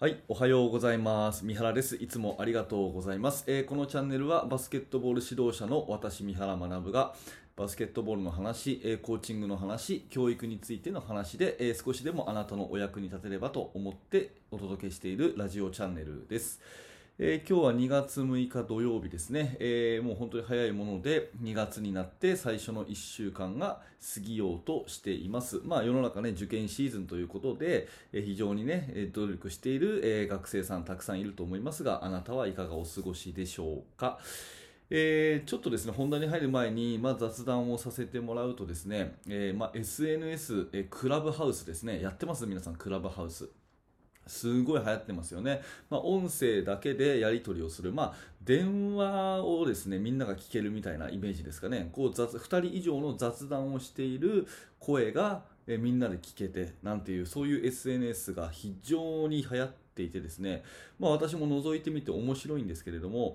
はい、おはようございます。三原です。いつもありがとうございます。このチャンネルはバスケットボール指導者の私、三原学がバスケットボールの話、コーチングの話、教育についての話で、少しでもあなたのお役に立てればと思ってお届けしているラジオチャンネルです。今日は2月6日土曜日ですね、もう本当に早いもので2月になって最初の1週間が過ぎようとしています。世の中ね、受験シーズンということで、非常にね、努力している、学生さんたくさんいると思いますが、あなたはいかがお過ごしでしょうか。ちょっとですね、本題に入る前に、雑談をさせてもらうとですね、SNS、クラブハウスですね、やってます皆さん、クラブハウス。すごい流行ってますよね。音声だけでやり取りをする。電話をですね、みんなが聞けるみたいなイメージですかね。2人以上の雑談をしている声がみんなで聞けて、なんていう、そういう SNS が非常に流行っていてですね、私も覗いてみて面白いんですけれども、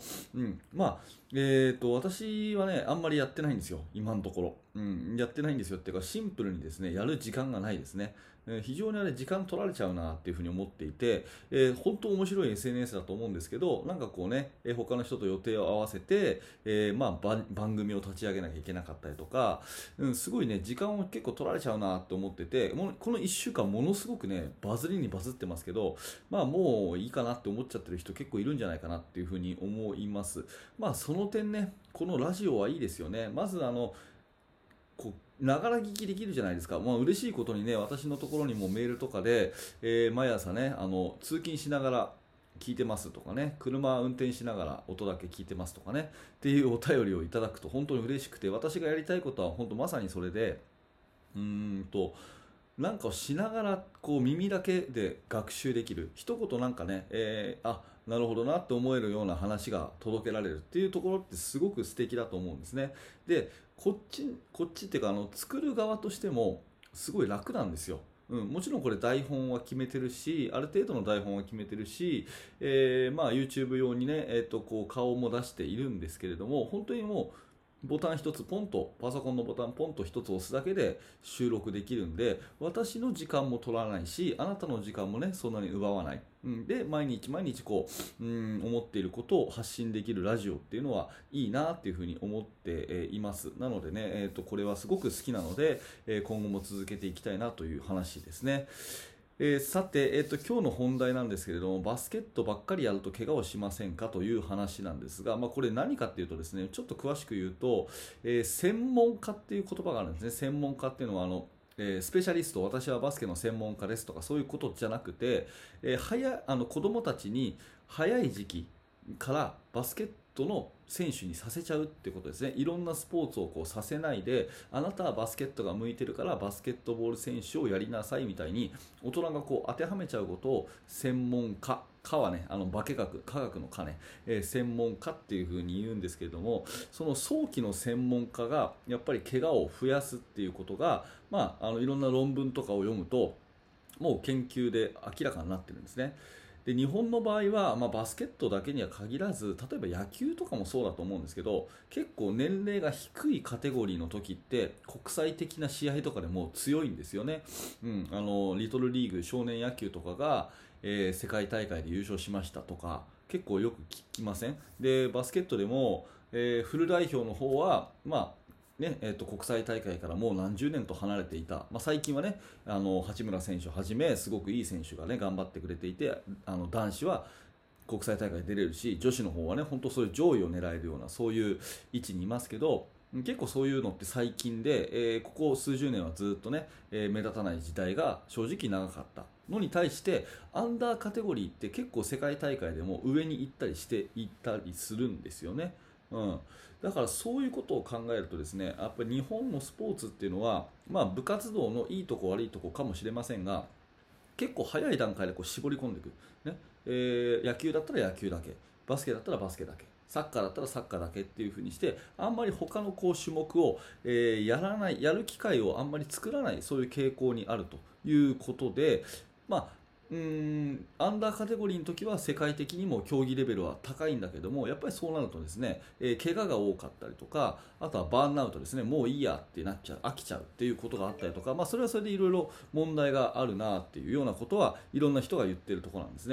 私はね、あんまりやってないんですよ、今のところ。やってないんですよっていうか、シンプルにですね、やる時間がないですね。非常に時間取られちゃうなっていうふうに思っていて、本当面白い SNS だと思うんですけど、なんかこうね、他の人と予定を合わせて、番組を立ち上げなきゃいけなかったりとか、すごいね、時間を結構取られちゃうなって思ってて、もうこの1週間ものすごくね、バズりにバズってますけど、もういいかなって思っちゃってる人結構いるんじゃないかなっていうふうに思います。その点ね、このラジオはいいですよね。まずながら聞きできるじゃないですか。嬉しいことにね、私のところにもメールとかで、毎朝ね、通勤しながら聞いてますとかね、車運転しながら音だけ聞いてますとかね、っていうお便りをいただくと本当に嬉しくて、私がやりたいことは本当まさにそれで、うーんと、なんかをしながらこう耳だけで学習できる一言なんかね、なるほどなって思えるような話が届けられるっていうところってすごく素敵だと思うんですね。でこっちっていうか作る側としてもすごい楽なんですよ。もちろんこれ台本は決めてるし、ある程度の台本は決めてるし、YouTube 用にね、こう顔も出しているんですけれども、本当にもうボタン一つポンとパソコンのボタンポンと一つ押すだけで収録できるんで、私の時間も取らないし、あなたの時間もねそんなに奪わない、で毎日毎日こう思っていることを発信できるラジオっていうのはいいなっていうふうに思っています。なのでね、これはすごく好きなので、今後も続けていきたいなという話ですね。さて、今日の本題なんですけれども、バスケットばっかりやると怪我をしませんかという話なんですが、これ何かっていうとですね、ちょっと詳しく言うと、専門家っていう言葉があるんですね。専門家っていうのはスペシャリスト、私はバスケの専門家ですとかそういうことじゃなくて、子供たちに早い時期からバスケットの選手にさせちゃうってことですね。いろんなスポーツをこうさせないで、あなたはバスケットが向いてるからバスケットボール選手をやりなさいみたいに大人がこう当てはめちゃうことを専門家、科はね、化学、科学の科ね、専門家っていうふうに言うんですけれども、その早期の専門家がやっぱり怪我を増やすっていうことが、いろんな論文とかを読むともう研究で明らかになってるんですね。で日本の場合は、バスケットだけには限らず、例えば野球とかもそうだと思うんですけど、結構年齢が低いカテゴリーの時って国際的な試合とかでも強いんですよね。リトルリーグ少年野球とかが、世界大会で優勝しましたとか結構よく聞きません？でバスケットでも、フル代表の方は、国際大会からもう何十年と離れていた、最近はね八村選手をはじめすごくいい選手がね頑張ってくれていて、男子は国際大会出れるし、女子の方はね本当そういう上位を狙えるようなそういう位置にいますけど、結構そういうのって最近で、ここ数十年はずっとね、目立たない時代が正直長かったのに対して、アンダーカテゴリーって結構世界大会でも上に行ったりしていったりするんですよね。だからそういうことを考えるとですね、やっぱり日本のスポーツっていうのは、部活動のいいとこ悪いとこかもしれませんが、結構早い段階でこう絞り込んでいく、ね野球だったら野球だけ、バスケだったらバスケだけ、サッカーだったらサッカーだけっていう風にして、あんまり他のこう種目を、やらない、やる機会をあんまり作らない、そういう傾向にあるということで、まあアンダーカテゴリーの時は世界的にも競技レベルは高いんだけども、やっぱりそうなるとですね、怪我が多かったりとか、あとはバーンアウトですね、もういいやってなっちゃう、飽きちゃうっていうことがあったりとか、それはそれでいろいろ問題があるなっていうようなことはいろんな人が言ってるところなんですね。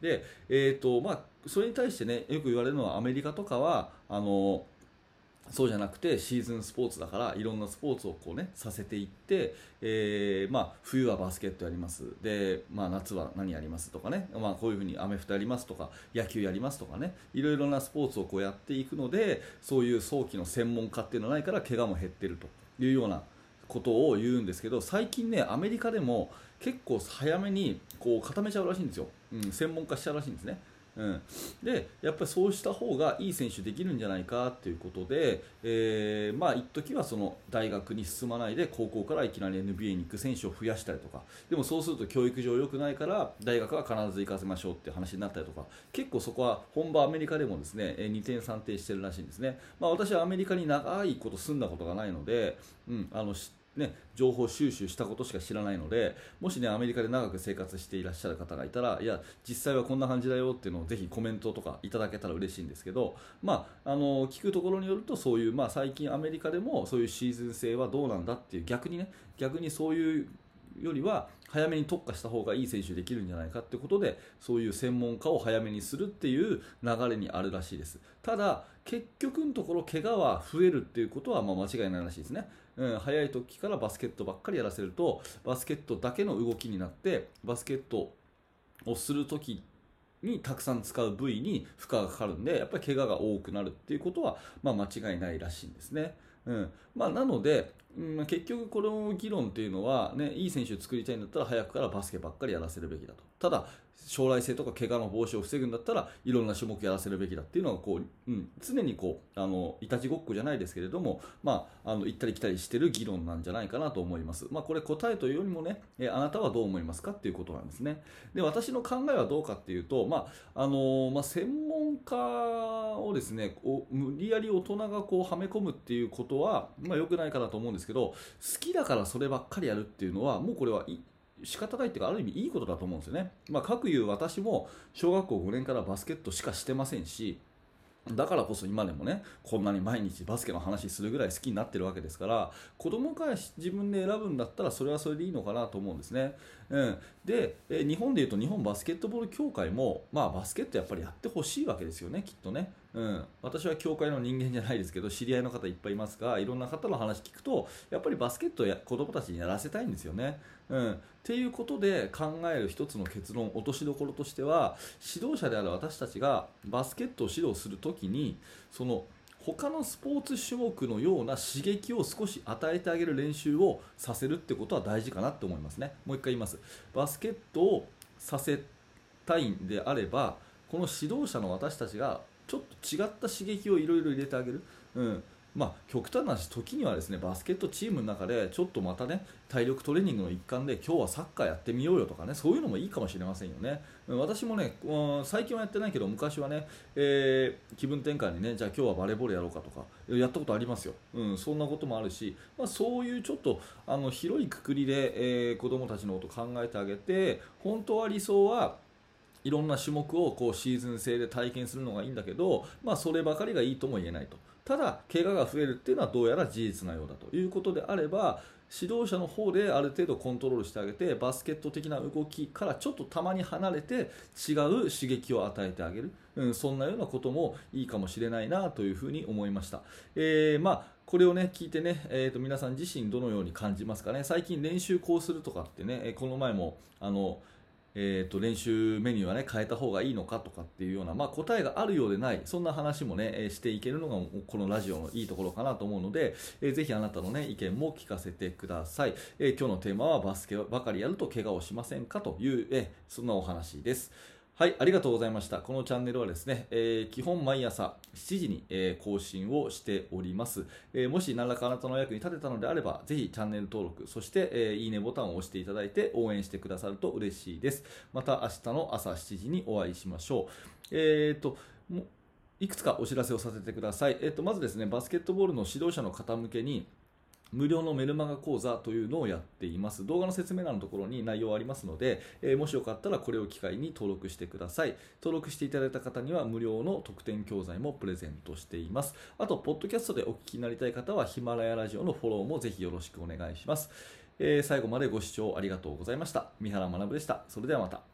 で、それに対してね、よく言われるのはアメリカとかはそうじゃなくてシーズンスポーツだからいろんなスポーツをこう、ね、させていって、冬はバスケットやりますで、夏は何やりますとかね、こういうふうにアメフトやりますとか野球やりますとかね、いろいろなスポーツをこうやっていくので、そういう早期の専門家っていうのはないから怪我も減ってるというようなことを言うんですけど、最近ねアメリカでも結構早めにこう固めちゃうらしいんですよ、専門化しちゃうらしいんですね。でやっぱりそうした方がいい選手できるんじゃないかということで、一時はその大学に進まないで高校からいきなり NBA に行く選手を増やしたりとか、でもそうすると教育上良くないから大学は必ず行かせましょうっていう話になったりとか、結構そこは本場アメリカでもですね2点3点してるらしいんですね。私はアメリカに長いこと住んだことがないので、情報収集したことしか知らないので、もしねアメリカで長く生活していらっしゃる方がいたら、いや実際はこんな感じだよっていうのをぜひコメントとかいただけたら嬉しいんですけど、聞くところによるとそういう、最近アメリカでもそういうシーズン制はどうなんだっていう、逆にそういうよりは早めに特化した方がいい選手できるんじゃないかってことで、そういう専門家を早めにするっていう流れにあるらしいです。ただ結局のところ怪我は増えるっていうことは間違いないらしいですね。早い時からバスケットばっかりやらせるとバスケットだけの動きになって、バスケットをする時にたくさん使う部位に負荷がかかるんで、やっぱり怪我が多くなるっていうことは、間違いないらしいんですね。なので、結局この議論っていうのは、いい選手を作りたいんだったら早くからバスケばっかりやらせるべきだと。ただ将来性とか怪我の防止を防ぐんだったらいろんな種目やらせるべきだっていうのが常にいたちごっこじゃないですけれども、行ったり来たりしてる議論なんじゃないかなと思います。これ答えというよりもね、あなたはどう思いますかっていうことなんですね。で私の考えはどうかっていうと、専門家をですね無理やり大人がはめ込むっていうことは良くないかなと思うんですけど、好きだからそればっかりやるっていうのはもうこれは仕方ないっていうか、ある意味いいことだと思うんですよね。各いう私も小学校5年からバスケットしかしてませんし、だからこそ今でもねこんなに毎日バスケの話するぐらい好きになってるわけですから、子供から自分で選ぶんだったらそれはそれでいいのかなと思うんですね。で日本でいうと日本バスケットボール協会も、バスケットやっぱりやってほしいわけですよね、きっとね。私は協会の人間じゃないですけど知り合いの方いっぱいいますが、いろんな方の話聞くとやっぱりバスケットを子供たちにやらせたいんですよね。っていうことで考える一つの結論、落としどころとしては、指導者である私たちがバスケットを指導するときにその他のスポーツ種目のような刺激を少し与えてあげる練習をさせるってことは大事かなと思いますね。もう一回言います。バスケットをさせたいんであれば、この指導者の私たちがちょっと違った刺激をいろいろ入れてあげる。極端な話、時にはですねバスケットチームの中でちょっとまたね体力トレーニングの一環で今日はサッカーやってみようよとかね、そういうのもいいかもしれませんよね。私もね最近はやってないけど昔はね、気分転換にねじゃあ今日はバレーボールやろうかとかやったことありますよ。そんなこともあるし、そういうちょっと広い括りで、子どもたちのことを考えてあげて、本当は理想はいろんな種目をシーズン制で体験するのがいいんだけど、そればかりがいいとも言えないと。ただ怪我が増えるっていうのはどうやら事実なようだということであれば、指導者の方である程度コントロールしてあげて、バスケット的な動きからちょっとたまに離れて違う刺激を与えてあげる、そんなようなこともいいかもしれないなというふうに思いました。これをね聞いてね、皆さん自身どのように感じますかね。最近練習こうするとかってね、この前も練習メニューはね変えた方がいいのかとかっていうような、答えがあるようでない、そんな話もねしていけるのがこのラジオのいいところかなと思うので、ぜひあなたのね意見も聞かせてください。今日のテーマはバスケばかりやると怪我をしませんかという、そんなお話です。はい、ありがとうございました。このチャンネルはですね、基本毎朝7時に、更新をしております。もし何らかあなたの役に立てたのであれば、ぜひチャンネル登録、そして、いいねボタンを押していただいて応援してくださると嬉しいです。また明日の朝7時にお会いしましょう。いくつかお知らせをさせてください。まずですね、バスケットボールの指導者の方向けに、無料のメルマガ講座というのをやっています。動画の説明欄のところに内容ありますので、もしよかったらこれを機会に登録してください。登録していただいた方には無料の特典教材もプレゼントしています。あと、ポッドキャストでお聞きになりたい方はヒマラヤラジオのフォローもぜひよろしくお願いします。最後までご視聴ありがとうございました。三原学でした。それではまた。